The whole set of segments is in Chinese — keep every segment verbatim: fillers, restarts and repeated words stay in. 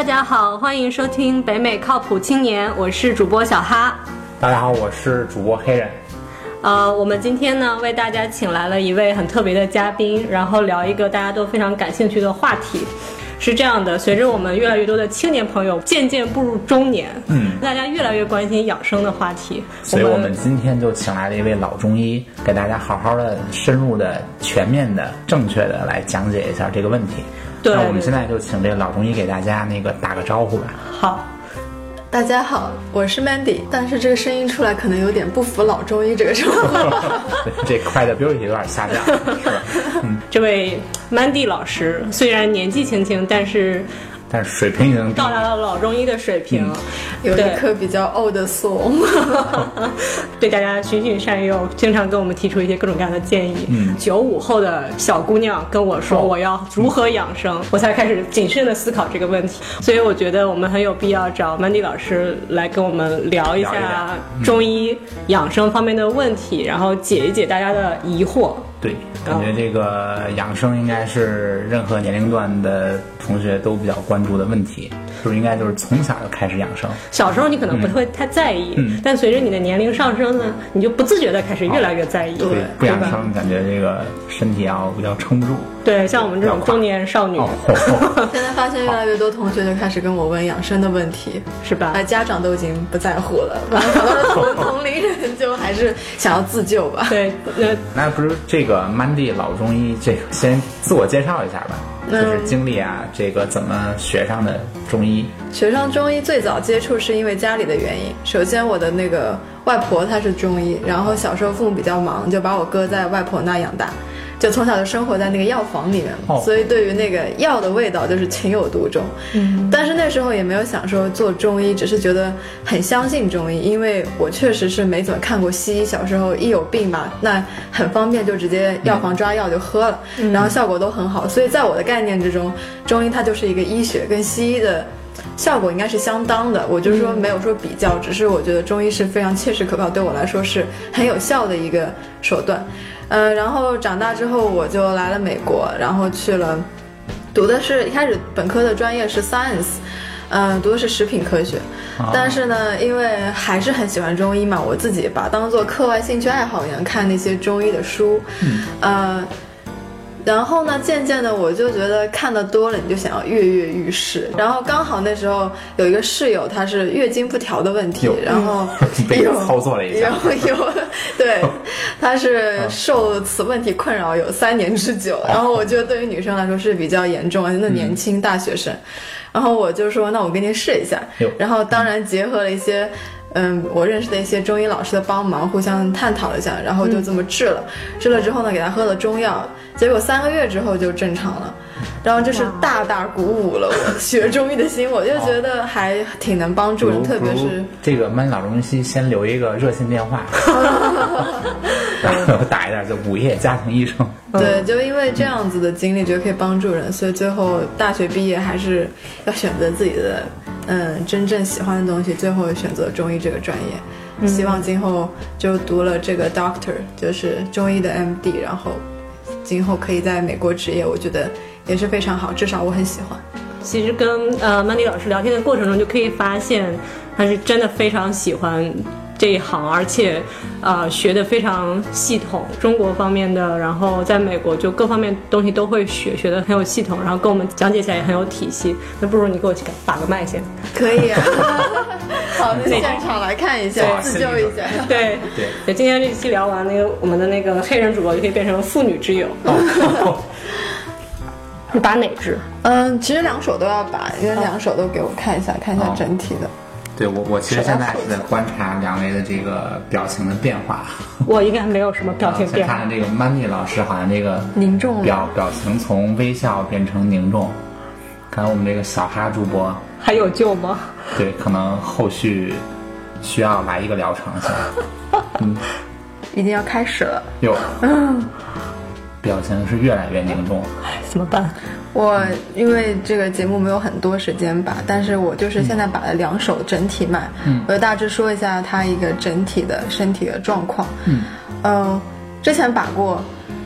家好，欢迎收听北美靠谱青年，我是主播小哈。 大家好，我是主播黑人。 呃，我们今天呢为大家请来了一位很特别的嘉宾，然后聊一个大家都非常感兴趣的话题。是这样的，随着我们越来越多的青年朋友渐渐步入中年，嗯，大家越来越关心养生的话题， 所以我们今天就请来了一位老中医，给大家好好的、深入的、全面的、正确的来讲解一下这个问题。 对， 那我们现在就请这个老中医给大家那个打个招呼吧。 好。 大家好，我是 Mandy， 但是这个声音出来可能有点不符老中医这个称呼。 这快的 beauty 有点下降，是吧？ 嗯，这位 Mandy 老师虽然年纪轻轻，但是但是水平已经到达了老中医的水平，嗯、 有一颗比较 old 的 soul， 对大家循循善诱，经常跟我们提出一些各种各样的建议。嗯，九五后的小姑娘跟我说我要如何养生，哦、我才开始谨慎的思考这个问题。所以我觉得我们很有必要找 Mandy 老师来跟我们聊一下中医养生方面的问题，嗯、然后解一解大家的疑惑。 对，感觉这个养生应该是任何年龄段的同学都比较关注的问题，是不是应该就是从小就开始养生？ 小时候你可能不会太在意，嗯、但随着你的年龄上升呢，你就不自觉的开始越来越在意。 对，不养生感觉这个身体要比较撑不住。 对，像我们这种中年少女， 哦、现在发现越来越多同学就开始跟我问养生的问题， 是吧？ 家长都已经不在乎了，反正同同龄人就还是想要自救吧。 对，呃， 那不是这个。Mandy 老中医，这个先自我介绍一下吧，就是经历啊，这个怎么学上的中医？ 学上中医最早接触是因为家里的原因。首先，我的那个外婆她是中医，然后小时候父母比较忙，就把我搁在外婆那养大。就从小就生活在那个药房里面，哦、所以对于那个药的味道就是情有独钟。嗯，但是那时候也没有想说做中医，只是觉得很相信中医，因为我确实是没怎么看过西医。小时候一有病嘛，那很方便，就直接药房抓药就喝了，嗯、然后效果都很好。所以在我的概念之中，中医它就是一个医学，跟西医的效果应该是相当的。我就是说没有说比较，只是我觉得中医是非常切实可靠，对我来说是很有效的一个手段。呃，然后长大之后我就来了美国，然后去了，读的是一开始本科的专业是 science， 呃，读的是食品科学，哦、但是呢，因为还是很喜欢中医嘛，我自己把当做课外兴趣爱好一样看那些中医的书，嗯、呃。然后呢，渐渐的我就觉得看得多了，你就想要跃跃欲试。然后刚好那时候有一个室友，他是月经不调的问题，然后被操作了一下， 有有，对，他是受此问题困扰有三年之久。然后我觉得对于女生来说是比较严重，那年轻大学生。然后我就说，那我给你试一下。然后当然结合了一些。嗯，我认识的一些中医老师的帮忙，互相探讨了一下，然后就这么治了。嗯、治了之后呢，给他喝了中药，结果三个月之后就正常了。然后这是大大鼓舞了我学中医的心，我就觉得还挺能帮助人，特别是这个Mandy老中医先留一个热线电话，然后打一下就午夜家庭医生。 对，就因为这样子的经历，觉得可以帮助人，所以最后大学毕业还是要选择自己的嗯真正喜欢的东西，最后选择中医这个专业。嗯、希望今后就读了这个 doctor， 就是中医的 M D， 然后今后可以在美国执业，我觉得也是非常好，至少我很喜欢。 其实跟呃 Mandy 老师聊天的过程中，就可以发现他是真的非常喜欢这一行，而且呃学得非常系统，中国方面的，然后在美国就各方面东西都会学，学得很有系统，然后跟我们讲解起来也很有体系。那不如你给我打个麦先。 可以啊。好，那现场来看一下，自救一下。 对对对，今天这期聊完，那个我们的那个黑人主播就可以变成妇女之友。哦你把哪只？ 嗯，其实两手都要把，因为两手都给我看一下，哦、看一下整体的。 对，我我其实现在是在观察两位的这个表情的变化。 我应该没有什么表情变化。 看这个 Mandy 老师好像这个凝重表表情从微笑变成凝重。看我们这个小哈主播还有救吗？ 对，可能后续需要来一个疗程先。 嗯，已经要开始了。 有。嗯。表情是越来越凝重， 怎么办？ 我因为这个节目没有很多时间把，但是我就是现在把了两手整体脉，嗯，我就大致说一下它一个整体的身体的状况。嗯，呃，之前把过，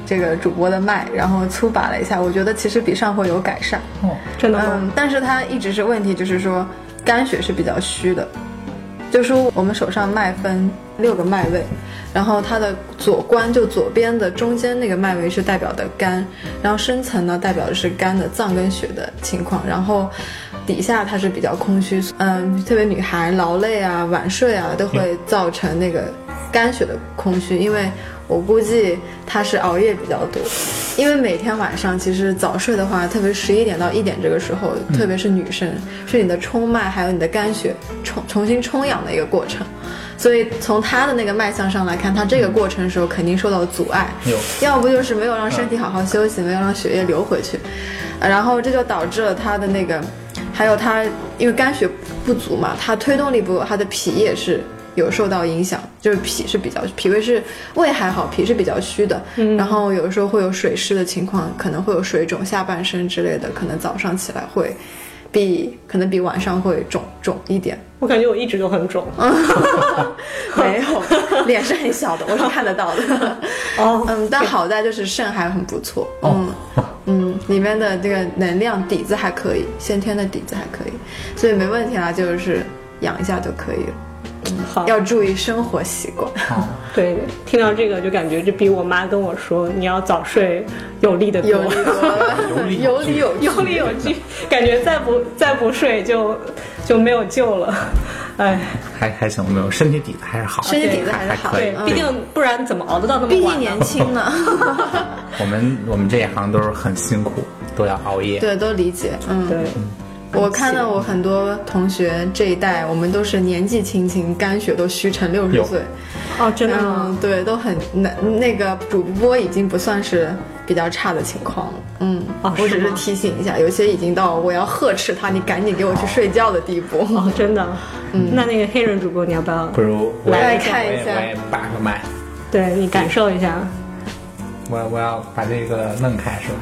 这个主播的脉，然后粗把了一下，我觉得其实比上回有改善。 哦，真的吗？ 嗯，但是它一直是问题，就是说肝血是比较虚的。就说我们手上脉分六个脉位，然后它的左关就左边的中间那个脉位是代表的肝，然后深层呢代表的是肝的脏跟血的情况，然后底下它是比较空虚，嗯，特别女孩劳累啊、晚睡啊都会造成那个肝血的空虚，因为我估计她是熬夜比较多，因为每天晚上其实早睡的话，特别十一点到一点这个时候，特别是女生，是你的冲脉还有你的肝血重重新充养的一个过程，所以从她的那个脉象上来看，她这个过程的时候肯定受到阻碍，要不就是没有让身体好好休息，没有让血液流回去，然后这就导致了她的那个，还有她因为肝血不足嘛，她推动力不够，她的脾也是有受到影响，就是脾是比较脾胃是胃还好，脾是比较虚的，嗯，然后有的时候会有水湿的情况，可能会有水肿下半身之类的，可能早上起来会比可能比晚上会肿肿一点。 我感觉我一直都很肿。 没有，脸是很小的，我是看得到的。哦，嗯，但好在就是肾还很不错，嗯。嗯，里面的这个能量底子还可以，先天的底子还可以，所以没问题啦，就是养一下就可以了。 嗯，好， 要注意生活习惯。 对，听到这个就感觉就比我妈跟我说你要早睡有力的多， 有力多，有理有有理有据，感觉再不再不睡就就没有救了。哎， 还还行，没有身体底子还是好， 身体底子还是好， 对， 毕竟不然怎么熬得到那么晚？ 毕竟年轻呢。 我们我们这一行都是很辛苦，都要熬夜。 对，都理解。嗯， 对。 我看到我很多同学这一代，我们都是年纪轻轻，肝血都虚成六十岁。 哦，真的吗？ 嗯，对，都很那那个主播已经不算是比较差的情况了。嗯， 哦， 我只是提醒一下，有些已经到我要呵斥他，你赶紧给我去睡觉的地步。 哦，真的。嗯，那那个黑人主播，你要不要？ 不如来看一下， 我也把个麦。 对，你感受一下。 我我要把这个弄开是吧？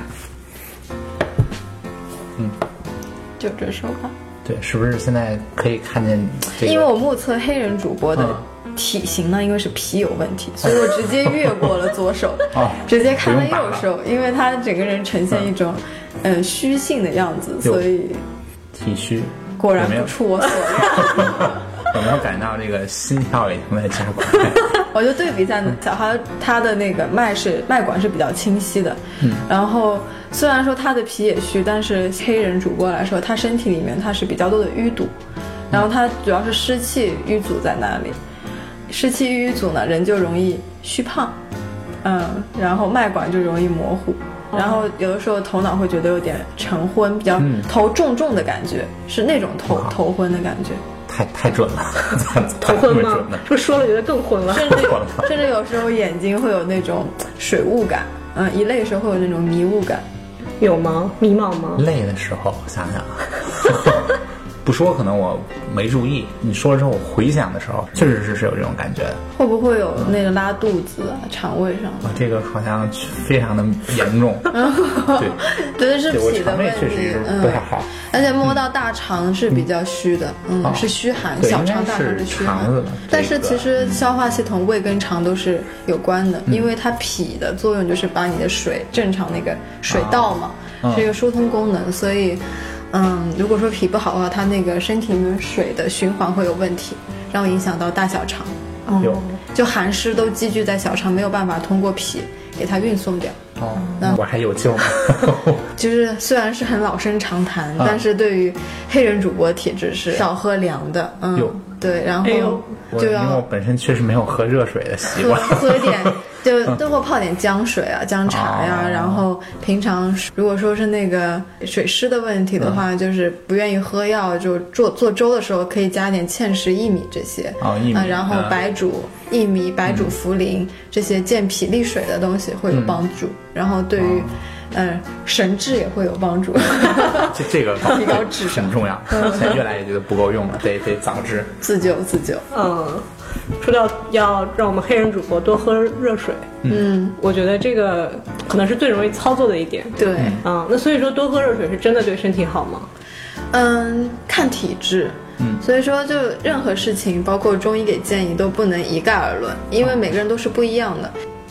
嗯。 就这首吧。 对，是不是现在可以看见这个？ 因为我目测黑人主播的体型呢，因为是脾有问题，所以我直接越过了左手， 哦、 直接看了右手，因为他整个人呈现一种嗯、呃、虚性的样子，所以体虚。 果然不出我所料。 有没有感到这个心跳已经在加快？ 我就对比一下小孩，他的那个脉是脉管是比较清晰的，嗯，然后虽然说他的脾也虚，但是黑人主播来说，他身体里面他是比较多的淤堵，然后他主要是湿气淤阻在那里，湿气淤阻呢，人就容易虚胖，嗯，然后脉管就容易模糊。然后有的时候头脑会觉得有点晨昏，比较头重重的感觉，嗯、是那种头头昏的感觉。 太太准了， 头昏吗？这说了觉得更昏了， 甚至甚至有时候眼睛会有那种水雾感，嗯，一累的时候会有那种迷雾感， 有吗？迷茫吗？ 累的时候，想想。不说可能我没注意，你说了之后我回想的时候，确实是是有这种感觉的。 会不会有那个拉肚子啊、嗯、肠胃上的？ 这个好像非常的严重。对， 觉得是脾的问题， 确实是不太好。 嗯、而且摸到大肠是比较虚的，嗯，嗯是虚寒，小肠大肠是虚寒。但是其实消化系统、胃跟肠都是有关的，嗯、因为它脾的作用就是把你的水正常那个水道嘛，哦、是一个疏通功能，所以。嗯，如果说脾不好的话，它那个身体里面水的循环会有问题，然后影响到大小肠，嗯，就寒湿都积聚在小肠，没有办法通过脾给它运送掉。 哦，那我还有救吗？ 就是虽然是很老生常谈，啊、但是对于黑人主播体质是少喝凉的，嗯，对，然后就要、 哎、因为我本身确实没有喝热水的习惯， 喝喝一点。就都会泡点姜水啊、姜茶呀、啊，哦、然后平常如果说是那个水湿的问题的话，嗯、就是不愿意喝药，就做做粥的时候可以加点芡实、薏米这些， 哦，薏米， 啊，然后白煮薏米、白煮茯苓、嗯、这些健脾利水的东西会有帮助，嗯、然后对于。嗯，神志也会有帮助。 这这个提高智商很重要。现在越来越觉得不够用了，得得早治， 自救自救。 嗯，说到要让我们黑人主播多喝热水，嗯，我觉得这个可能是最容易操作的一点。 对， 嗯，那所以说多喝热水是真的对身体好吗？ 嗯，看体质。嗯，所以说就任何事情，包括中医给建议，都不能一概而论，因为每个人都是不一样的。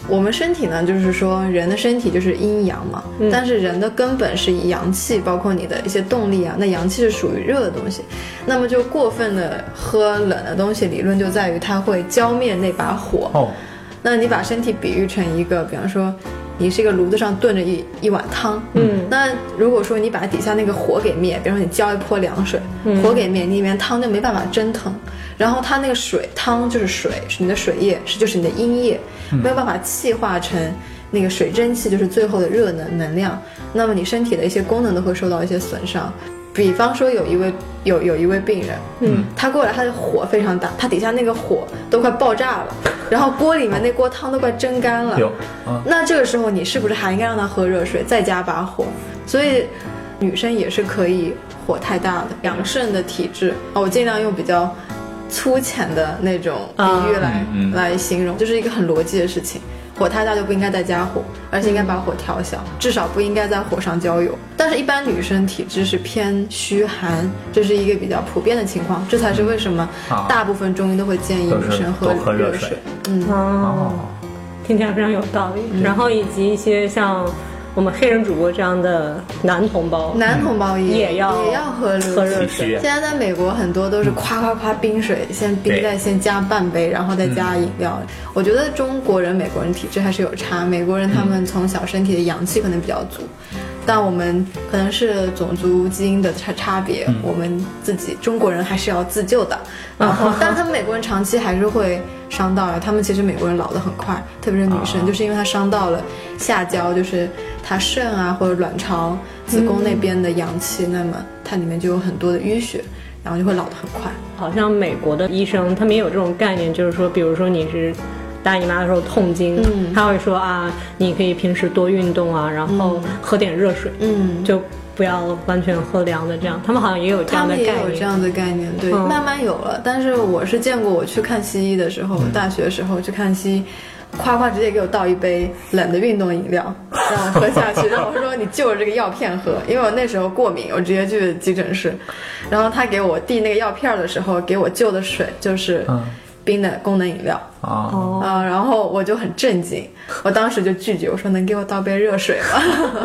我们身体呢，就是说人的身体就是阴阳嘛，嗯、但是人的根本是以阳气，包括你的一些动力啊，那阳气是属于热的东西，那么就过分的喝冷的东西，理论就在于它会浇灭那把火。哦，那你把身体比喻成一个，比方说你是一个炉子上炖着一一碗汤，嗯，那如果说你把底下那个火给灭，比方说你浇一泼凉水，嗯、火给灭，你里面汤就没办法蒸腾，然后它那个水汤就是水，是你的水液，是就是你的阴液，没有办法气化成那个水蒸气，就是最后的热能能量，那么你身体的一些功能都会受到一些损伤。比方说有一位有有一位病人，嗯，他过来，他的火非常大，他底下那个火都快爆炸了，然后锅里面那锅汤都快蒸干了。有，啊，那这个时候你是不是还应该让他喝热水，再加把火？所以女生也是可以火太大的，阳盛的体质，我尽量用比较粗浅的那种比喻来、啊嗯嗯、来形容，就是一个很逻辑的事情。火太大就不应该再加火，而且应该把火调小，至少不应该在火上浇油。但是一般女生体质是偏虚寒，这是一个比较普遍的情况，这才是为什么大部分中医都会建议女生喝热水。 嗯，哦，听起来非常有道理。嗯、然后以及一些像我们黑人主播这样的男同胞， 男同胞也也要也要喝热喝热水。 现在在美国很多都是夸夸夸冰水，先冰在先加半杯，然后再加饮料。嗯、我觉得中国人、美国人体质还是有差，美国人他们从小身体的阳气可能比较足。嗯，但我们可能是种族基因的差差别，嗯、我们自己中国人还是要自救的。然后，但是他们美国人长期还是会伤到，他们其实美国人老得很快，特别是女生，啊、就是因为她伤到了下焦，就是她肾啊或者卵巢、子宫那边的阳气，嗯、那么它里面就有很多的淤血，然后就会老得很快。 好像美国的医生他们也有这种概念，就是说，比如说你是大姨妈的时候痛经，嗯、他会说啊，你可以平时多运动啊，然后喝点热水，嗯，就不要完全喝凉的，这样他们好像也有这样的概念。 他们也有这样的概念，对，嗯、慢慢有了。但是我是见过，我去看西医的时候，嗯、大学的时候去看西医，夸夸直接给我倒一杯冷的运动饮料让我喝下去，让我说你就着这个药片喝，因为我那时候过敏，我直接去急诊室，然后他给我递那个药片的时候，给我就的水就是冰的功能饮料。啊、啊，然后我就很震惊，我当时就拒绝，我说能给我倒杯热水吗？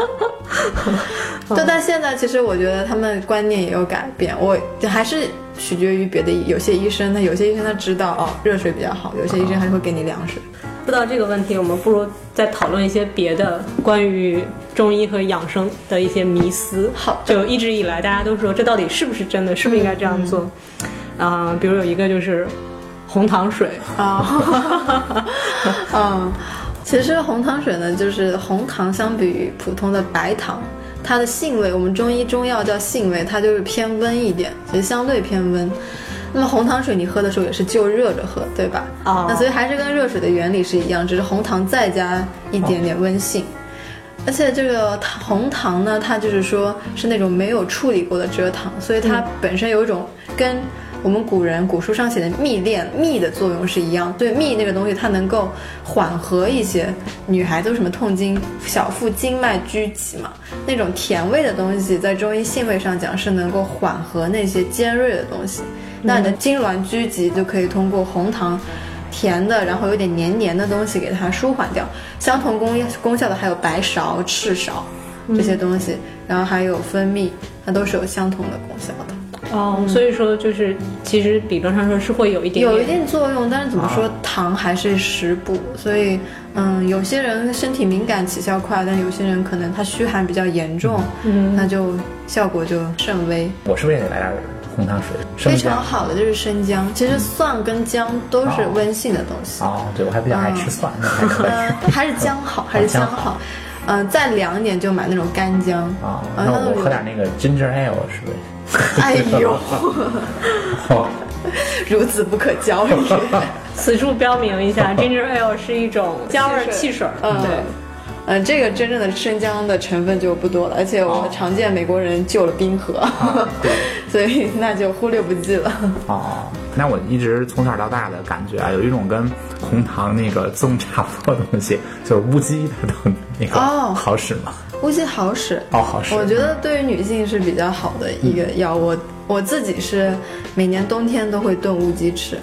就但现在其实我觉得他们观念也有改变，我还是取决于别的，有些医生他有些医生他知道哦热水比较好，有些医生还是会给你凉水。 说到这个问题，我们不如再讨论一些别的关于中医和养生的一些迷思。 好， 就一直以来大家都说这到底是不是真的，是不是应该这样做？啊、嗯呃，比如有一个就是红糖水啊，嗯，其实红糖水呢，就是红糖相比于普通的白糖，它的性味，我们中医中药叫性味，它就是偏温一点，其实相对偏温。那么红糖水你喝的时候也是就热着喝，对吧？哦，那所以还是跟热水的原理是一样，只是红糖再加一点点温性。哦、而且这个红糖呢，它就是说是那种没有处理过的蔗糖，所以它本身有一种跟我们古人古书上写的蜜炼蜜的作用是一样，对，蜜那个东西它能够缓和一些女孩子什么痛经、小腹经脉拘急嘛，那种甜味的东西，在中医性味上讲是能够缓和那些尖锐的东西。那你的痉挛拘急就可以通过红糖甜的，然后有点黏黏的东西给它舒缓掉。相同功功效的还有白芍、赤芍这些东西，然后还有蜂蜜，它都是有相同的功效的。 哦、嗯，所以说就是其实理论上说是会有一点点有一定作用，但是怎么说，糖还是食补，所以嗯，有些人身体敏感起效快，但有些人可能他虚寒比较严重，嗯，那就效果就甚微。 我是不是也得来点红糖水？ 非常好的就是生姜，其实蒜跟姜都是温性的东西。 哦，对，我还比较爱吃蒜， 嗯、还, 还是姜好，还是姜好。嗯、呃，再凉一点就买那种干姜啊、哦。那我喝点那个 ginger ale 是不是？ 哎呦，孺子不可教也。 此处标明一下，ginger ale 是一种姜味汽水。 嗯，对。嗯，这个真正的生姜的成分就不多了，而且我们常见美国人就了冰河，哦、所以那就忽略不计了。 哦，那我一直从小到大的感觉啊，有一种跟红糖那个作用差不多的东西，就是乌鸡，它都那个好使吗？ 哦、乌鸡好使哦，好使。 我觉得对于女性是比较好的一个药，嗯、我我自己是每年冬天都会炖乌鸡吃。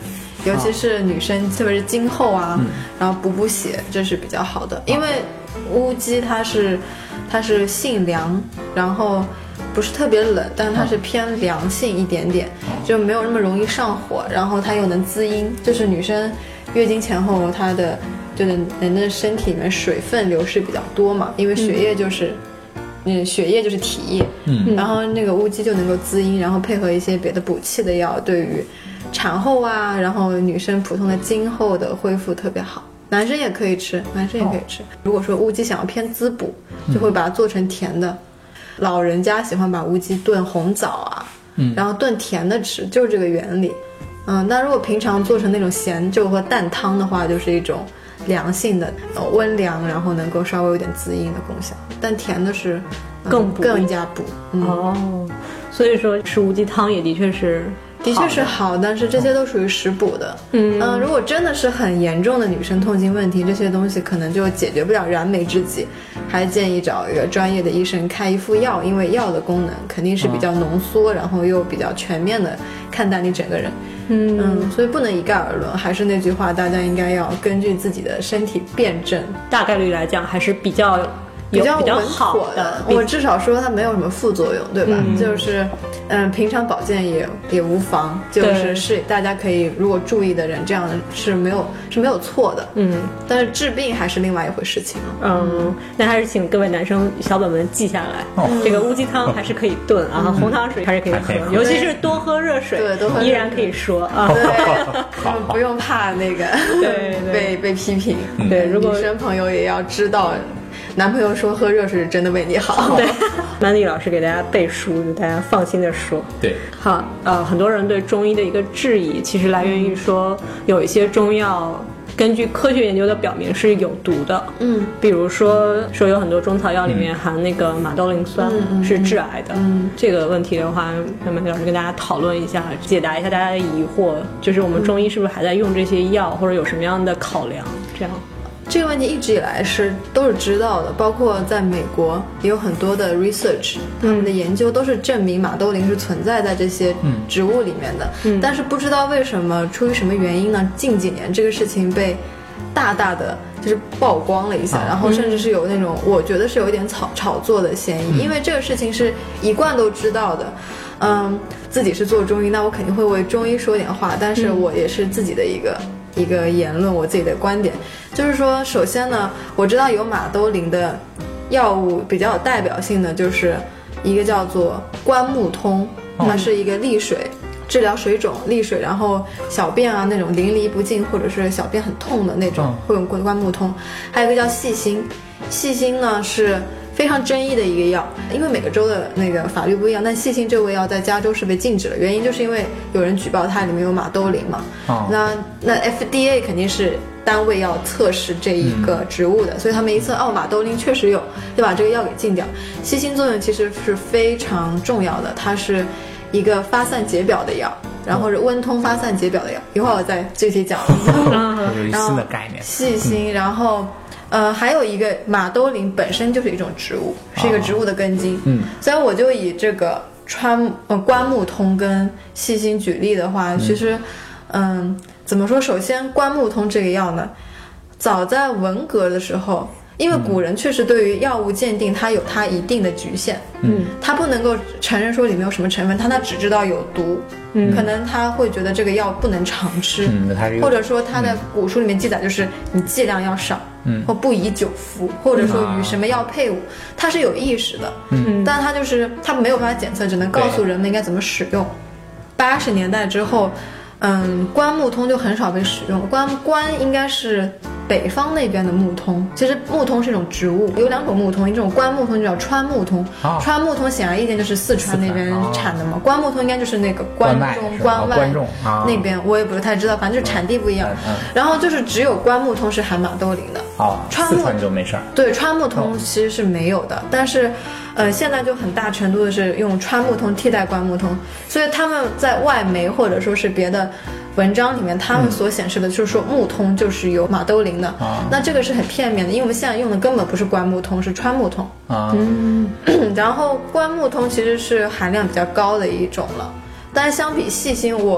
尤其是女生，特别是经后啊，嗯、然后补补血，这是比较好的。因为乌鸡它是它是性凉，然后不是特别冷，但它是偏凉性一点点，就没有那么容易上火，然后它又能滋阴，就是女生月经前后她的就是人的身体里面水分流失比较多嘛，因为血液就是嗯血液就是体液，嗯，然后那个乌鸡就能够滋阴，然后配合一些别的补气的药，对于产后啊，然后女生普通的经后的恢复特别好。男生也可以吃，男生也可以吃。如果说乌鸡想要偏滋补，就会把它做成甜的。老人家喜欢把乌鸡炖红枣啊，嗯，然后炖甜的吃，就是这个原理。嗯，那如果平常做成那种咸粥和蛋汤的话，就是一种凉性的、呃、温凉，然后能够稍微有点滋阴的功效。但甜的是、嗯、 更补更加补、嗯、 哦。所以说吃乌鸡汤也的确是。 的确是好，但是这些都属于食补的。嗯、呃、如果真的是很严重的女生痛经问题，这些东西可能就解决不了燃眉之急，还建议找一个专业的医生开一副药，因为药的功能肯定是比较浓缩，然后又比较全面的看待你整个人。嗯嗯，所以不能一概而论，还是那句话，大家应该要根据自己的身体辩证。 大概率来讲还是比较比较比较好的，我至少说它没有什么副作用，对吧？嗯、就是，嗯，平常保健也也无妨，就是是大家可以如果注意的人，这样是没有是没有错的，嗯。但是治病还是另外一回事情。 嗯，那还是请各位男生小本本记下来，哦、这个乌鸡汤还是可以炖啊，嗯、红糖水还是可以喝，尤其是多喝热水， 对，多喝依然可以说啊， 对，不用怕那个对被被批评。 对，如果女生朋友也要知道。男朋友说喝热水是真的为你好。 对，曼妮老师给大家背书，就大家放心的说。 对， 好，呃，很多人对中医的一个质疑，其实来源于说有一些中药根据科学研究的表明是有毒的。嗯，比如说说有很多中草药里面含那个马兜铃酸，嗯、是致癌的。嗯，这个问题的话，那曼妮老师跟大家讨论一下，解答一下大家的疑惑，就是我们中医是不是还在用这些药，或者有什么样的考量？这样。 这个问题一直以来是都是知道的，包括在美国也有很多的 research， 他们的研究都是证明马兜铃是存在在这些植物里面的。嗯，但是不知道为什么，出于什么原因呢？近几年这个事情被大大的就是曝光了一下，然后甚至是有那种我觉得是有一点炒炒作的嫌疑，因为这个事情是一贯都知道的。嗯，自己是做中医，那我肯定会为中医说点话，但是我也是自己的一个。一个言论，我自己的观点就是说，首先呢，我知道有马兜铃的药物比较有代表性的就是一个叫做关木通，它是一个利水，治疗水肿利水，然后小便啊那种淋漓不尽或者是小便很痛的那种会用关木通，还有一个叫细心，细心呢是非常争议的一个药，因为每个州的那个法律不一样，但细心这味药在加州是被禁止了，原因就是因为有人举报它里面有马兜铃嘛。哦、那那 F D A 肯定是单位要测试这一个植物的，嗯、所以他们一测哦马兜铃确实有，就把这个药给禁掉。细心作用其实是非常重要的，它是一个发散解表的药，然后是温通发散解表的药，一会儿我再具体讲。 有一新的概念。 细心，然后。呃，还有一个马兜铃本身就是一种植物，是一个植物的根茎。嗯，所以我就以这个川呃关木通跟细心举例的话，其实，嗯，怎么说？首先，关木通这个药呢，早在文革的时候，因为古人确实对于药物鉴定，它有它一定的局限。嗯，他不能够承认说里面有什么成分，他他只知道有毒。嗯，可能他会觉得这个药不能常吃，嗯、或者说他的古书里面记载就是你剂量要少。嗯，或不宜久服，或者说与什么药配伍，它是有意识的，嗯，但它就是它没有办法检测，只能告诉人们应该怎么使用。八十年代之后，嗯，关木通就很少被使用，关关应该是北方那边的木通，其实木通是一种植物，有两种木通，一种关木通就叫川木通，哦、川木通显而易见就是四川那边产的嘛，哦、关木通应该就是那个关中、关外那边，我也不太知道，反正就是产地不一样。嗯嗯、然后就是只有关木通是含马兜铃的。 哦，川木就没事儿。 对，川木通其实是没有的，哦、但是，呃，现在就很大程度的是用川木通替代关木通，所以他们在外媒或者说是别的文章里面，他们所显示的就是说木通就是有马兜铃的，嗯、那这个是很片面的，因为我们现在用的根本不是关木通，是川木通。啊、嗯，然后关木通其实是含量比较高的一种了，但是相比细心我。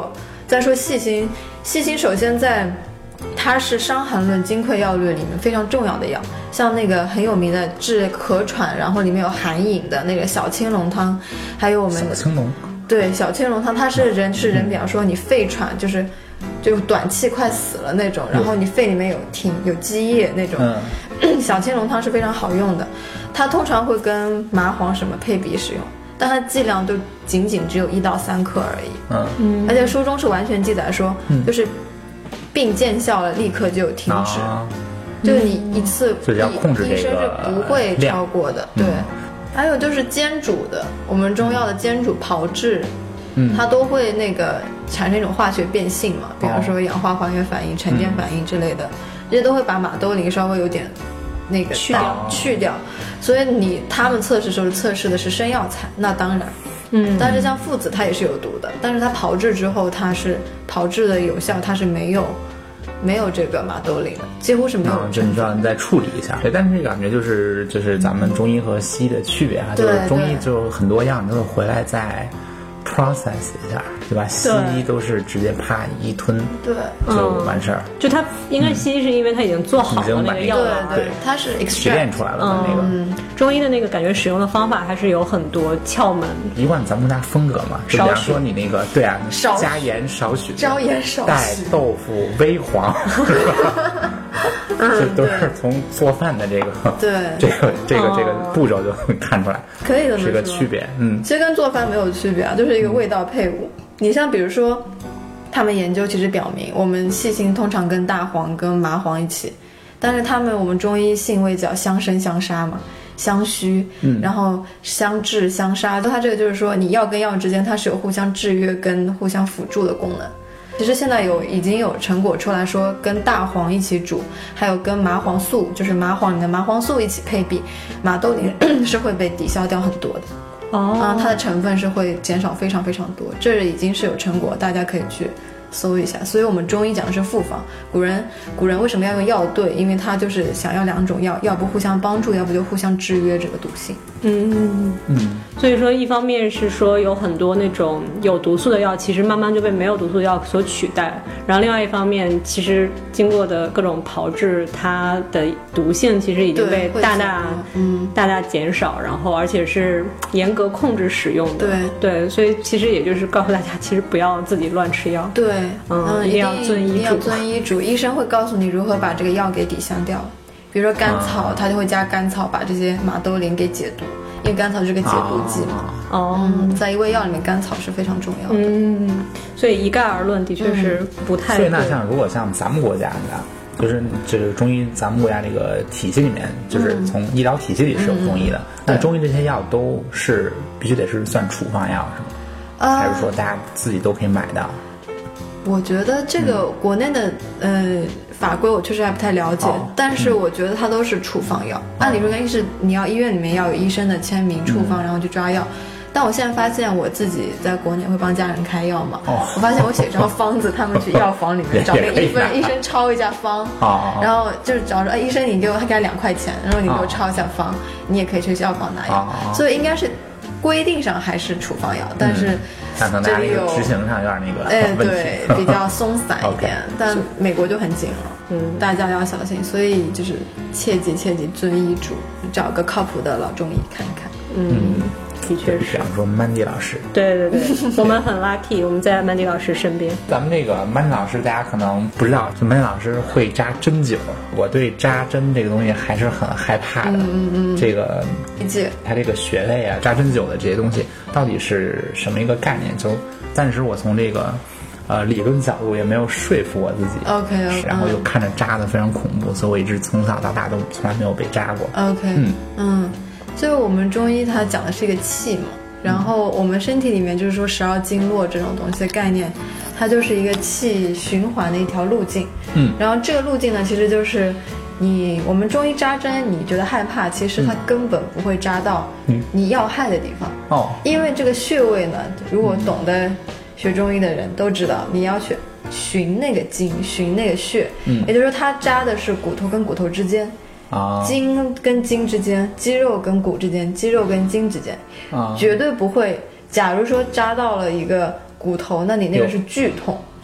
再说细辛，细辛首先在它是《伤寒论》《金匮要略》里面非常重要的药，像那个很有名的治咳喘，然后里面有寒饮的那个小青龙汤，还有我们小青龙， 对，小青龙汤，它是人是人，比方说你肺喘，就是就短气快死了那种，然后你肺里面有停有积液那种，嗯、小青龙汤是非常好用的，它通常会跟麻黄什么配比使用，但它剂量都仅仅只有一到三克而已，嗯，而且书中是完全记载说，嗯、就是病见效了，立刻就停止，啊、就是你一次， 就是要控制这个医生是不会超过的，对。嗯，还有就是煎煮的，我们中药的煎煮炮制，嗯，它都会那个产生一种化学变性嘛，比方说氧化还原反应、沉淀反应之类的，这些都会把马兜铃稍微有点那个去掉去掉。所以你他们测试时候测试的是生药材，那当然，嗯，但是像附子它也是有毒的，但是它炮制之后，它是炮制的有效，它是没有。没有这个马兜铃的，几乎是没有。 嗯，就你需要再处理一下。对，但是这个感觉就是就是咱们中医和西医的区别啊，就是中医就很多药你都会回来再 process 一下，对吧？西医都是直接啪一吞， 对， 就完事儿。 嗯、就它应该西医是因为它已经做好了那个药了， 对对，它是提炼出来了那个。 嗯，中医的那个感觉使用的方法还是有很多窍门， 一贯咱们家风格嘛，就比方说你那个对啊，加盐少许， 加盐少许， 带豆腐微黄，这都是从做饭的这个对这个这个这个步骤就能看出来， 可以的， 是个区别。嗯， 其实跟做饭没有区别啊，就是一个味道配伍。嗯、你像比如说，他们研究其实表明，我们细辛通常跟大黄跟麻黄一起，但是他们我们中医性味叫相生相杀嘛。相虚，嗯，然后相制相杀，它这个就是说，你药跟药之间它是有互相制约跟互相辅助的功能。其实现在有已经有成果出来说，跟大黄一起煮，还有跟麻黄素，就是麻黄里的麻黄素一起配比，马兜铃是会被抵消掉很多的。 哦， 啊，它的成分是会减少非常非常多，这已经是有成果，大家可以去搜一下。所以我们中医讲的是复方，古人古人为什么要用药对？因为他就是想要两种药，要不互相帮助，要不就互相制约这个毒性。 嗯嗯，所以说一方面是说有很多那种有毒素的药，其实慢慢就被没有毒素的药所取代，然后另外一方面，其实经过的各种炮制，它的毒性其实已经被大大嗯大大减少，然后而且是严格控制使用的。 对对，所以其实也就是告诉大家，其实不要自己乱吃药。 对， 嗯， 嗯一定要遵医嘱。 一定要遵医嘱，医生会告诉你如何把这个药给抵消掉。比如说甘草，啊、它就会加甘草把这些马兜铃给解毒，因为甘草是个解毒剂嘛。 哦、啊嗯，在一味药里面，甘草是非常重要的。 嗯，所以一概而论，的确是不太、嗯。 所以那像如果像咱们国家的，就是这个中医，咱们国家这个体系里面，就是从医疗体系里是有中医的，嗯、那中医这些药都是必须得是算处方药是吗？呃、还是说大家自己都可以买到？ 我觉得这个国内的、嗯、呃法规我确实还不太了解，哦、但是我觉得它都是处方药。嗯、按理说应该是你要医院里面要有医生的签名处方，嗯、然后去抓药。但我现在发现我自己在国内会帮家人开药嘛，哦、我发现我写张方子，他们去药房里面找那个医生，医生抄一下方，哦、然后就是找说，哎，医生你给我，他给他两块钱，然后你给我抄一下方，哦、你也可以去药房拿药，哦、所以应该是规定上还是处方药，但是。嗯这里有执行上有点那个哎，对，比较松散一点， okay, 但美国就很紧了，嗯，大家要小心，所以就是切记切记遵医嘱，找个靠谱的老中医看一看， 嗯。的确是， 比方说 Mandy 老师， 对对对，我们很 lucky， 我们在 Mandy 老师身边。 咱们这个 Mandy 老师，大家可能不知道，就 Mandy 老师会扎针灸。我对扎针这个东西还是很害怕的。嗯嗯嗯。这个理解，它这个穴位啊，扎针灸的这些东西到底是什么一个概念？就暂时我从这个呃理论角度也没有说服我自己。 OK OK。 然后又看着扎的非常恐怖，所以我一直从小到大都从来没有被扎过。 OK。嗯嗯。所以我们中医它讲的是一个气嘛，然后我们身体里面就是说十二经络这种东西的概念，它就是一个气循环的一条路径。嗯，然后这个路径呢，其实就是你我们中医扎针，你觉得害怕，其实它根本不会扎到你要害的地方。哦、嗯，因为这个穴位呢，如果懂得学中医的人都知道，你要去循那个经，循那个穴，嗯，也就是说它扎的是骨头跟骨头之间。啊，筋跟筋之间，肌肉跟骨之间，肌肉跟筋之间，啊，绝对不会。假如说扎到了一个骨头，那你那个是剧痛，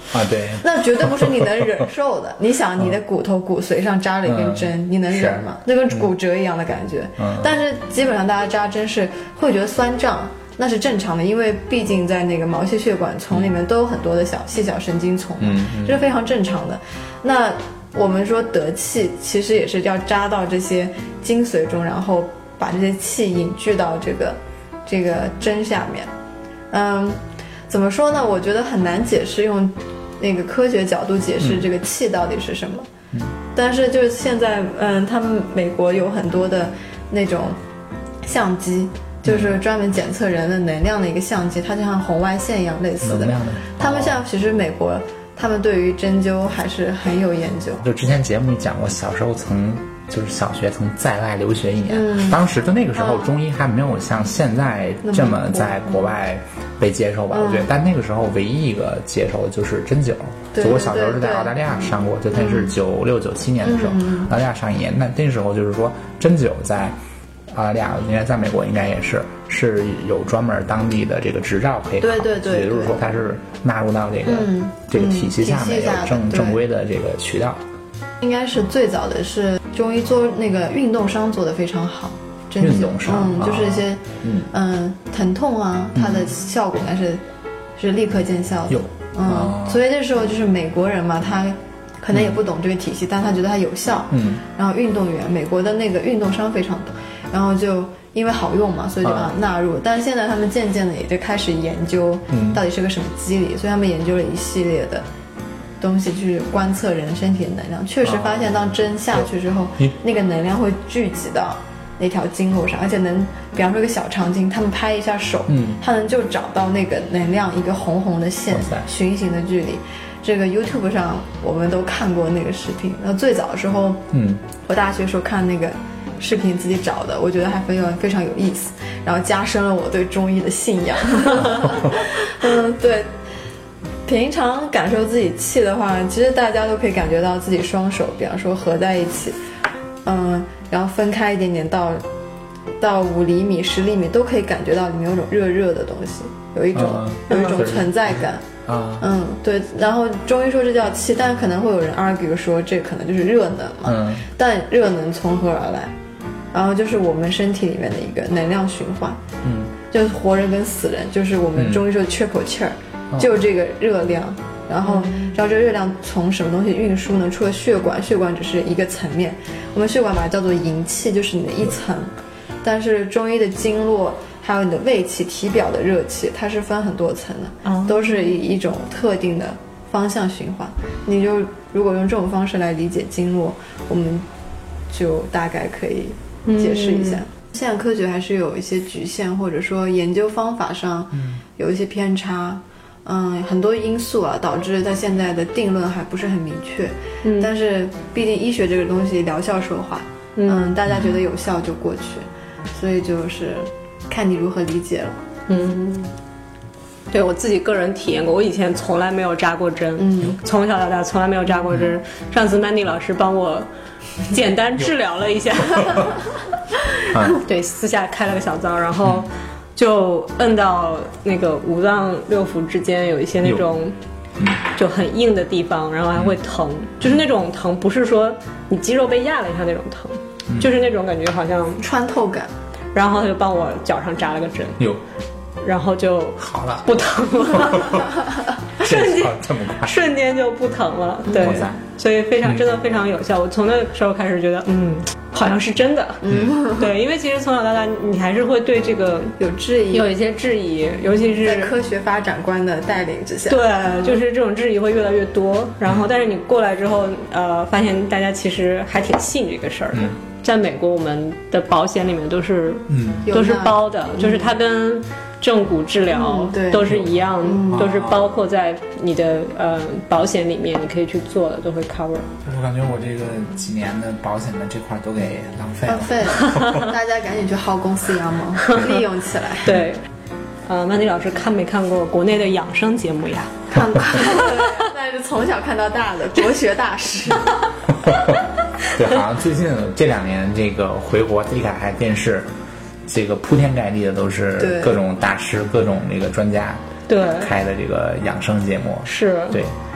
啊，对， 那绝对不是你能忍受的。你想，你的骨头骨髓上扎了一根针，嗯、你能忍吗？那跟骨折一样的感觉。嗯、但是基本上大家扎针是会觉得酸胀，那是正常的，因为毕竟在那个毛细血管丛里面都有很多的小细小神经丛，嗯，这是非常正常的。那我们说得气，其实也是要扎到这些精髓中，然后把这些气引聚到这个这个针下面。嗯，怎么说呢？我觉得很难解释，用那个科学角度解释这个气到底是什么。嗯，但是就是现在，嗯，他们美国有很多的那种相机，就是专门检测人的能量的一个相机，它就像红外线一样类似的。 能量的。 他们像其实美国，他们对于针灸还是很有研究。 就之前节目里讲过，小时候曾就是小学曾在外留学一年，嗯、当时就那个时候中医还没有像现在这么在国外被接受吧，我觉得。但那个时候唯一一个接受的就是针灸。就我小时候是在澳大利亚上过，就那是九六九七年的时候，嗯、澳大利亚上一年。那那时候就是说针灸在澳大利亚，应该在美国应该也是是有专门当地的这个执照可以考， 对对对， 也就是说它是纳入到这个、嗯、这个体系下面有正正规的这个渠道。 应该是最早的是中医做那个运动伤做得非常好，针灸运动伤， 嗯，就是一些嗯、呃、疼痛啊，它的效果还是、嗯、是立刻见效的，嗯、哦，所以这时候就是美国人嘛，他可能也不懂这个体系，嗯、但他觉得它有效，嗯，然后运动员，美国的那个运动伤非常多，然后就因为好用嘛，所以就把它纳入，啊、但是现在他们渐渐的也就开始研究到底是个什么机理，嗯、所以他们研究了一系列的东西去观测人身体的能量，确实发现当针下去之后，啊、那个能量会聚集到那条经络上，而且能，比方说一个小肠经，他们拍一下手，嗯，他能就找到那个能量一个红红的线，循行的距离。这个 YouTube 上我们都看过那个视频，然后最早的时候，嗯，我大学时候看那个视频自己找的，我觉得还非常非常有意思，然后加深了我对中医的信仰。嗯，对。平常感受自己气的话，其实大家都可以感觉到自己双手，比方说合在一起，嗯，然后分开一点点到到五厘米、十厘米，都可以感觉到里面有种热热的东西，有一种、嗯、有一种存在感。啊，嗯，对。然后中医说这叫气，但可能会有人 argue 说这可能就是热能嘛。嗯。但热能从何而来？然后就是我们身体里面的一个能量循环。嗯。就是活人跟死人，就是我们中医说的缺口气儿。嗯，就这个热量，然后然后这热量从什么东西运输呢？除了血管，血管只是一个层面，我们血管把它叫做营气，就是你的一层。但是中医的经络还有你的胃气、体表的热气，它是分很多层的，都是以一种特定的方向循环。你就如果用这种方式来理解经络，我们就大概可以解释一下。嗯，现在科学还是有一些局限，或者说研究方法上有一些偏差。嗯，很多因素啊，导致它现在的定论还不是很明确。嗯，但是毕竟医学这个东西疗效说话，嗯，嗯大家觉得有效就过去，所以就是看你如何理解了。嗯， 对我自己个人体验过，我以前从来没有扎过针，嗯，从小到大从来没有扎过针。嗯、上次 Mandy 老师帮我简单治疗了一下，对，私下开了个小灶，然后。嗯就摁到那个五脏六腑之间有一些那种就很硬的地方，然后还会疼，就是那种疼不是说你肌肉被压了一下那种疼，就是那种感觉好像穿透感。 然后他就帮我脚上扎了个针，有，然后就好了， 不疼了，瞬间这么快，瞬间就不疼了，对，所以非常真的非常有效。我从那时候开始觉得，嗯。好像是真的，嗯，对，因为其实从小到大，你还是会对这个有质疑， 有一些质疑，尤其是在科学发展观的带领之下， 对，就是这种质疑会越来越多。然后，但是你过来之后，呃，发现大家其实还挺信这个事儿的。嗯，在美国，我们的保险里面都是，嗯，都是包的，嗯、就是它跟正骨治疗都是一样，嗯、都是包括在你的呃保险里面，你可以去做的，都会 cover。 我感觉我这个几年的保险的这块都给浪费了， 浪费了，大家赶紧去薅公司羊毛，利用起来。 对，呃，曼迪老师看没看过国内的养生节目呀？ 看过，那是从小看到大的国学大师。 对，好像最近这两年这个回国一打开电视。这个铺天盖地的都是各种大师、各种那个专家对开的这个养生节目， 是对，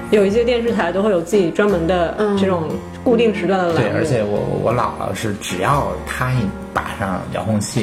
有一些电视台都会有自己专门的这种固定时段的栏目。 对，而且我我姥姥是只要她一把上遥控器，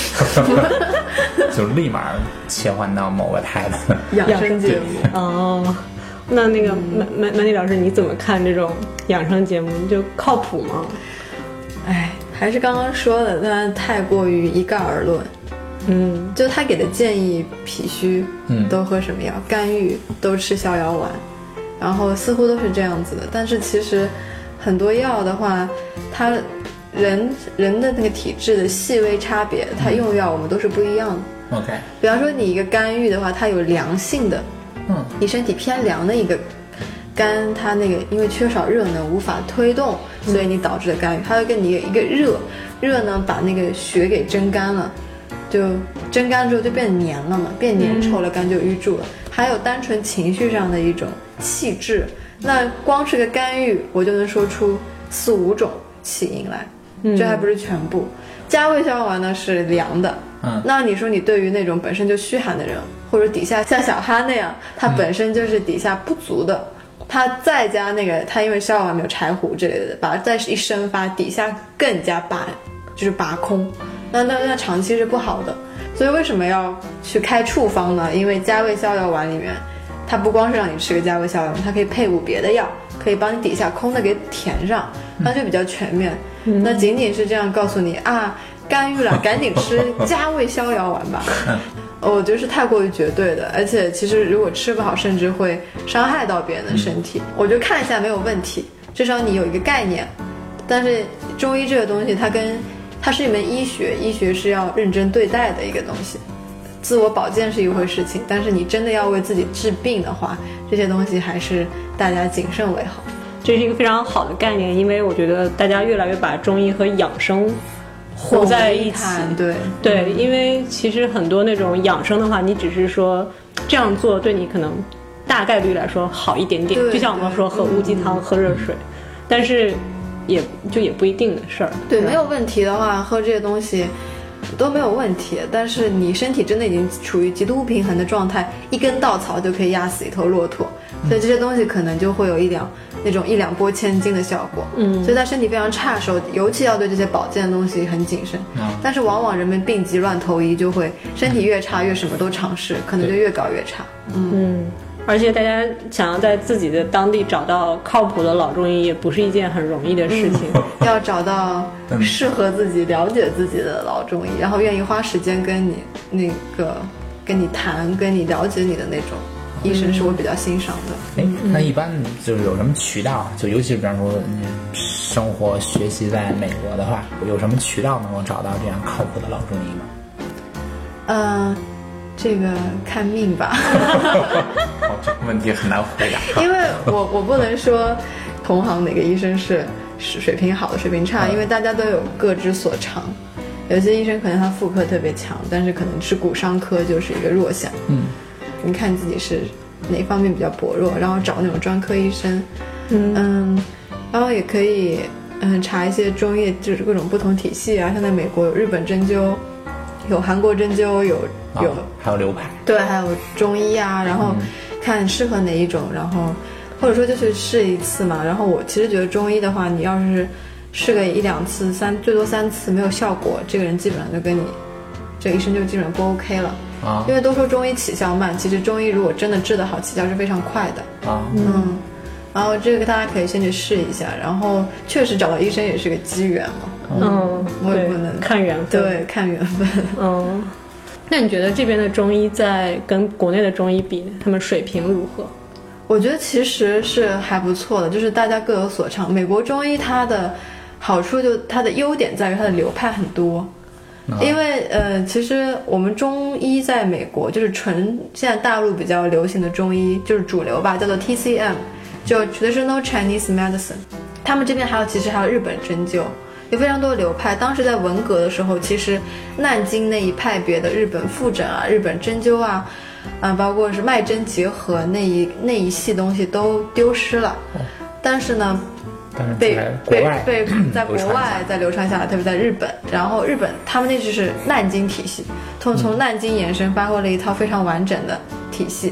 就立马切换到某个台的养生节目。 哦，那那个曼曼曼妮老师，你怎么看这种养生节目？就靠谱吗？ 哎，还是刚刚说的，他太过于一概而论。嗯，就他给的建议，脾虚，嗯，都喝什么药？肝郁都吃逍遥丸，然后似乎都是这样子的。但是其实很多药的话，它人人的那个体质的细微差别，它用药我们都是不一样的。 OK， 比方说你一个肝郁的话，它有凉性的，嗯，你身体偏凉的一个肝，它那个因为缺少热能无法推动，所以你导致的肝郁。它会跟你一个热，热呢把那个血给蒸干了。就蒸干之后就变黏了嘛，变黏稠了，肝就淤住了。还有单纯情绪上的一种气滞，那光是个肝郁，我就能说出四五种起因来，这还不是全部。加味逍遥丸呢是凉的，嗯，那你说你对于那种本身就虚寒的人，或者底下像小哈那样，他本身就是底下不足的，他再加那个，他因为逍遥丸没有柴胡之类的，把它再一生发，底下更加拔，就是拔空。那那那长期是不好的，所以为什么要去开处方呢？因为加味逍遥丸里面，它不光是让你吃个加味逍遥丸，它可以配伍别的药，可以帮你底下空的给填上，那就比较全面。嗯、那仅仅是这样告诉你啊，肝郁了，赶紧吃加味逍遥丸吧。我觉得是太过于绝对的，而且其实如果吃不好，甚至会伤害到别人的身体。我觉得看一下没有问题，至少你有一个概念。但是中医这个东西，它跟它是一门医学，医学是要认真对待的一个东西。自我保健是一回事情，但是你真的要为自己治病的话，这些东西还是大家谨慎为好。 这是一个非常好的概念，因为我觉得大家越来越把中医和养生混在一起。 对对，因为其实很多那种养生的话，你只是说这样做对你可能大概率来说好一点点，就像我们说喝乌鸡汤、嗯、喝热水，但是也就也不一定的事儿。 对，没有问题的话，喝这些东西都没有问题。但是你身体真的已经处于极度不平衡的状态，一根稻草就可以压死一头骆驼，所以这些东西可能就会有一两那种一两拨千斤的效果。嗯，所以在身体非常差的时候，尤其要对这些保健的东西很谨慎。嗯，但是往往人们病急乱投医，就会身体越差越什么都尝试，可能就越搞越差。嗯。 嗯，而且大家想要在自己的当地找到靠谱的老中医，也不是一件很容易的事情。 嗯、要找到适合自己、了解自己的老中医，然后愿意花时间跟你那个跟你谈、跟你了解你的那种医生，是我比较欣赏的。 哎、嗯，那一般就是有什么渠道？就尤其是比方说你生活学习在美国的话，有什么渠道能够找到这样靠谱的老中医吗？ 嗯、呃。这个看命吧。 哦，这个问题很难回答。 因为我我不能说同行哪个医生是是水平好的，水平差，因为大家都有各之所长。有些医生可能他妇科特别强，但是可能是骨伤科就是一个弱项。嗯，你看你自己是哪方面比较薄弱，然后找那种专科医生。嗯嗯，然后也可以嗯查一些中医，就是各种不同体系啊，像在美国有日本针灸，有韩国针灸，有。有、哦、 还有流派， 对，还有中医啊，然后看适合哪一种，然后或者说就去试一次嘛。然后我其实觉得中医的话，你要是试个一两次，三最多三次没有效果，这个人基本上就跟你这个医生就基本上不 OK 了啊。因为都说中医起效慢，其实中医如果真的治得好，起效是非常快的啊。嗯，然后这个大家可以先去试一下，然后确实找到医生也是个机缘嘛。 嗯， 我也不能看缘分， 对，看缘分。 嗯。那你觉得这边的中医在跟国内的中医比，他们水平如何？ 我觉得其实是还不错的，就是大家各有所长。美国中医它的好处就它的优点在于它的流派很多，嗯、因为呃，其实我们中医在美国就是纯现在大陆比较流行的中医就是主流吧，叫做 T C M， 就 Traditional Chinese Medicine。他们这边还有其实还有日本针灸。有非常多流派，当时在文革的时候，其实难京那一派别的日本复诊啊、日本针灸啊，啊、呃，包括是脉针结合那一那一系东西都丢失了。哦、但是呢，被被被在国外再流传下来，特别在日本。然后日本他们那就是难京体系，从从难京延伸，发挥了一套非常完整的体系。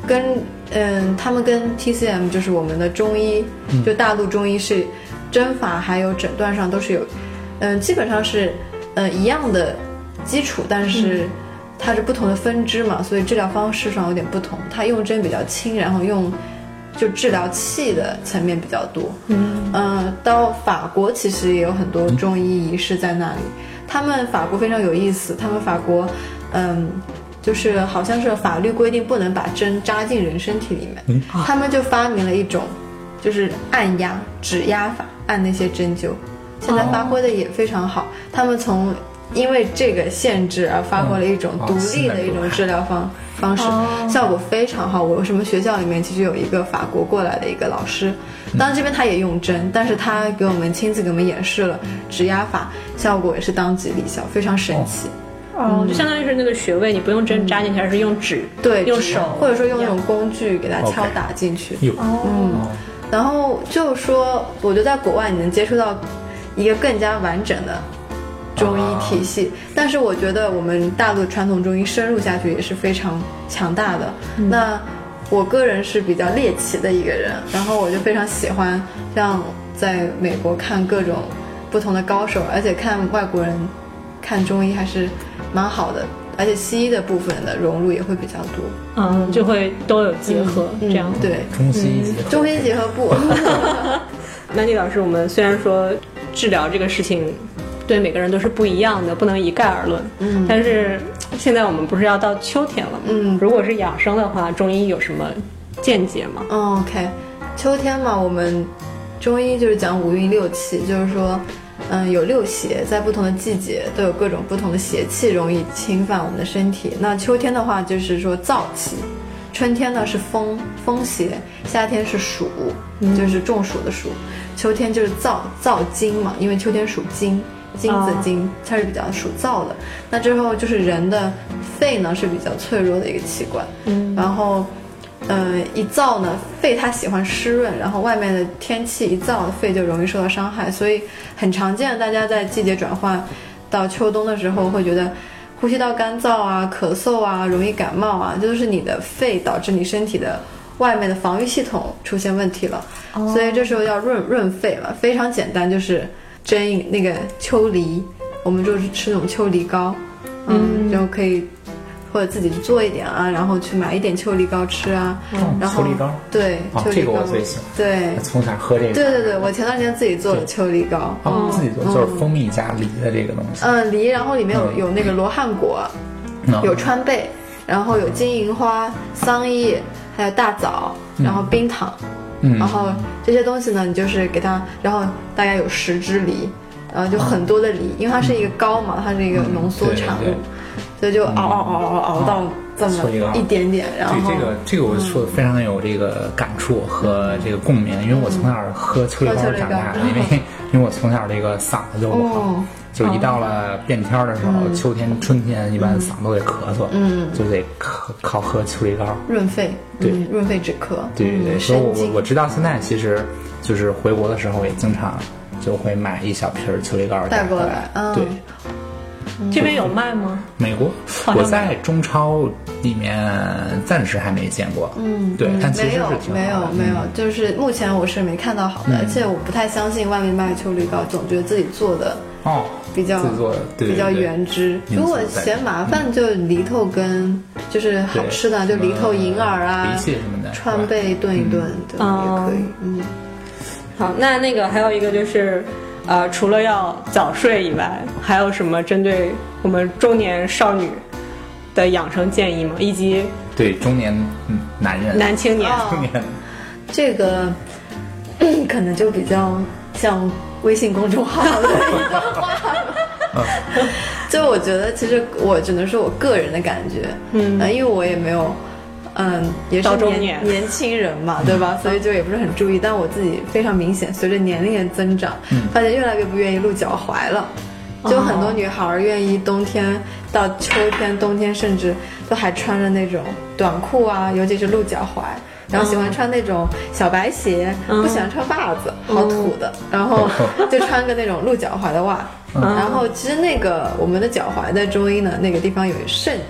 跟嗯，他们跟 T C M 就是我们的中医， 嗯、 就大陆中医是针法还有诊断上都是有，嗯，基本上是嗯一样的基础，但是它是不同的分支嘛，所以治疗方式上有点不同。它用针比较轻，然后用就治疗器的层面比较多。嗯，呃，到法国其实也有很多中医仪式在那里。他们法国非常有意思，他们法国，嗯。就是好像是法律规定不能把针扎进人身体里面，嗯、他们就发明了一种，就是按压、指压法，按那些针灸，现在发挥的也非常好。哦、他们从因为这个限制而发挥了一种独立的一种治疗方、哦、方式，哦、效果非常好。我什么学校里面其实有一个法国过来的一个老师，当然这边他也用针，但是他给我们亲自给我们演示了指压法，效果也是当即立效，非常神奇。哦哦，就相当于是那个穴位，你不用针扎进去，而是用指， 对， 用手， 或者说用那种工具给它敲打进去。哦，嗯，然后就是说，我觉得在国外你能接触到一个更加完整的中医体系，但是我觉得我们大陆传统中医深入下去也是非常强大的。嗯、那我个人是比较猎奇的一个人，然后我就非常喜欢像在美国看各种不同的高手，而且看外国人看中医还是蛮好的，而且西医的部分的融入也会比较多， 嗯，就会都有结合，嗯、这样、 嗯、对， 中西医结合， 嗯、中西结合部。 南迪老师，我们虽然说治疗这个事情对每个人都是不一样的，不能一概而论，嗯，但是现在我们不是要到秋天了吗？嗯，如果是养生的话，中医有什么见解吗？ 嗯 ，OK， 秋天嘛，我们中医就是讲五运六气，就是说。嗯，有六邪，在不同的季节都有各种不同的邪气容易侵犯我们的身体。那秋天的话就是说燥气，春天呢是风风邪，夏天是暑，就是中暑的暑，秋天就是燥燥金嘛，因为秋天属金，金子金，它是比较属燥的。那之后就是人的肺呢是比较脆弱的一个器官，嗯，然后。呃，一燥呢，肺它喜欢湿润，然后外面的天气一燥，肺就容易受到伤害，所以很常见。大家在季节转换到秋冬的时候，会觉得呼吸道干燥啊、咳嗽啊、容易感冒啊，这都是你的肺导致你身体的外面的防御系统出现问题了。哦、所以这时候要润润肺了，非常简单，就是蒸那个秋梨，我们就是吃那种秋梨膏，嗯，就可以。或者自己去做一点啊，然后去买一点秋梨膏吃啊。 嗯， 然后秋梨膏， 对， 哦，这个我最喜欢。 对， 从小喝这个。 对对对，我前段时间自己做了秋梨膏。 哦，自己做就是蜂蜜加梨的这个东西。 嗯，梨，然后里面有、嗯、有那个罗汉果，嗯、有川贝，然后有金银花、桑叶，还有大枣，然后冰糖，嗯、然后这些东西呢，你就是给它，然后大概有十支梨，然后就很多的梨，因为它是一个膏嘛，它是一个浓缩产物。嗯对对对，所以就熬熬熬熬熬到这么一点点，然后对这个这个我说的非常的有这个感触和这个共鸣，因为我从小喝秋梨膏长大的，因为因为我从小这个嗓子就不好，就一到了变天的时候，秋天春天一般嗓子都得咳嗽，嗯，就得靠靠喝秋梨膏润肺， 对， 润肺止咳， 对对对，所以我我直到现在其实就是回国的时候也经常就会买一小瓶秋梨膏带过来， 对。 这边有卖吗？ 美国，我在中超里面暂时还没见过。嗯，对，但其实是挺好的。 没有，没有，没有，就是目前我是没看到好的，嗯、而且我不太相信外面卖秋梨膏，总觉得自己做的哦比较自己做的对比较原汁。如果嫌麻烦，就梨透根，就是好吃的，就梨透银耳啊、 荸荠什么的， 川贝炖一炖，对，也可以。嗯， 好，那那个还有一个就是。呃，除了要早睡以外，还有什么针对我们中年少女的养生建议吗？以及对中年男人、 男青年、 哦、这个、嗯、可能就比较像微信公众号的一段话了。就我觉得，其实我只能说我个人的感觉，嗯、呃，因为我也没有。嗯，也是年年轻人嘛，对吧？所以就也不是很注意。但我自己非常明显，随着年龄的增长，嗯、发现越来越不愿意露脚踝了。就很多女孩愿意冬天到秋天、冬天，甚至都还穿着那种短裤啊，尤其是露脚踝。然后喜欢穿那种小白鞋，嗯、不喜欢穿袜子，好土的。嗯、然后就穿个那种露脚踝的袜。嗯、然后其实那个我们的脚踝在中医呢，那个地方有肾。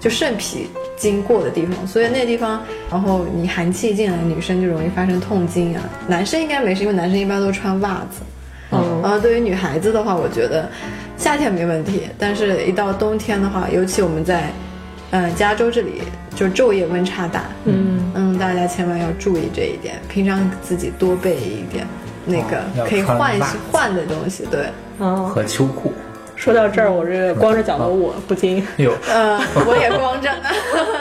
就肾脾经过的地方，所以那地方，然后你寒气进来，女生就容易发生痛经啊。男生应该没事，因为男生一般都穿袜子。嗯，然后对于女孩子的话，我觉得夏天没问题，但是一到冬天的话，尤其我们在呃加州这里，就昼夜温差大，嗯嗯，大家千万要注意这一点，平常自己多备一点那个、哦、可以换换的东西，对， 哦，和秋裤。 说到这儿，我这光着脚的我不禁， 呃，我也光着呢。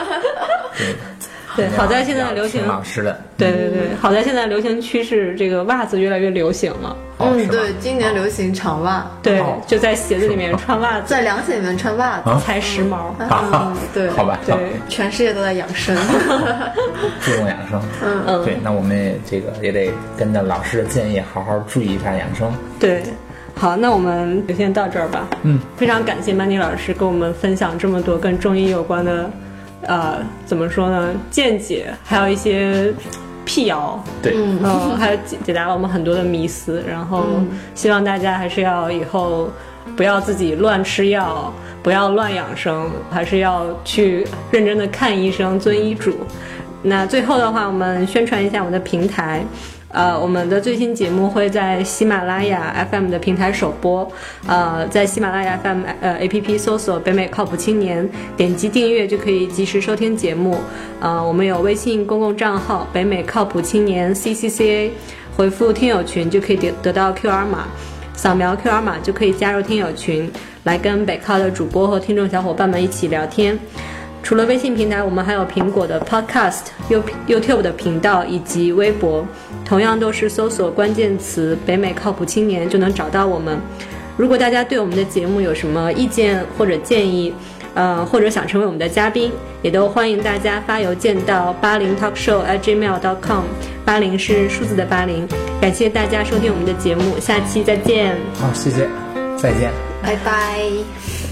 对，好在现在流行老师的， 对对对，好在现在流行趋势，这个袜子越来越流行了。 哦、 嗯，对，今年流行长袜， 哦、对，就在鞋子里面穿袜子， 在凉鞋里面穿袜子， 才时髦。 嗯，对， 好吧， 对， 全世界都在养生， 注重养生。 嗯嗯，对，那我们也这个也得跟着老师的建议，好好注意一下养生。 对。好，那我们就先到这儿吧。 嗯， 非常感谢曼妮老师跟我们分享这么多跟中医有关的，呃，怎么说呢，见解，还有一些辟谣。 对， 嗯、呃，还有解答了我们很多的迷思。然后希望大家还是要以后不要自己乱吃药，不要乱养生，还是要去认真的看医生，遵医嘱。那最后的话，我们宣传一下我们的平台。呃，我们的最新节目会在喜马拉雅 F M 的平台首播，呃，在喜马拉雅 F M 呃 A P P 搜索北美靠谱青年，点击订阅就可以及时收听节目。呃，我们有微信公共账号北美靠谱青年 C C C A， 回复听友群就可以得得到 Q R 码，扫描 Q R 码就可以加入听友群，来跟北靠的主播和听众小伙伴们一起聊天。除了微信平台，我们还有苹果的 Podcast、YouTube 的频道以及微博，同样都是搜索关键词北美靠谱青年就能找到我们。如果大家对我们的节目有什么意见或者建议，呃，或者想成为我们的嘉宾，也都欢迎大家发邮件到八零 talkshow at gmail dot com， 八零是数字的八零。感谢大家收听我们的节目，下期再见。 好，谢谢，再见， 拜拜。